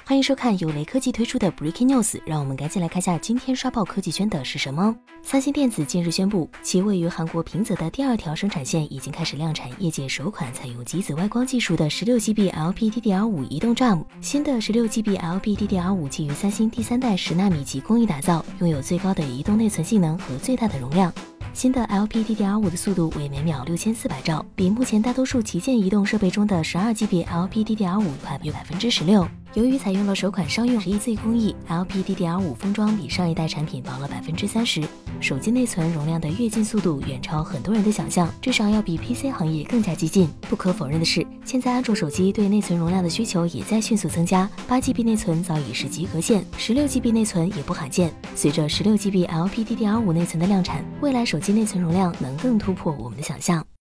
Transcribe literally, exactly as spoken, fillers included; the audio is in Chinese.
欢迎收看由雷科技推出的 Breaking News， 让我们赶紧来看下今天刷爆科技圈的是什么。三星电子近日宣布，其位于韩国平泽的第二条生产线已经开始量产业界首款采用极紫外光技术的 十六 G B L P D D R 五 移动 J A M。新的 十六 G B L P D D R 五 基于三星第三代十纳米级工艺打造，拥有最高的移动内存性能和最大的容量。新的 L P D D R 五 的速度为每秒六千四百兆，比目前大多数旗舰移动设备中的 十二 G B L P D D R 五 快约百分之十六。由于采用了首款商用 E Z 工艺 ，L P D D R 五 封装比上一代产品薄了百分之三十，手机内存容量的跃进速度远超很多人的想象，至少要比 P C 行业更加激进。不可否认的是，现在安卓手机对内存容量的需求也在迅速增加， 八 G B 内存早已是及格线， 十六 G B 内存也不罕见。随着 十六 G B L P D D R 五 内存的量产，未来手机内存容量能更突破我们的想象。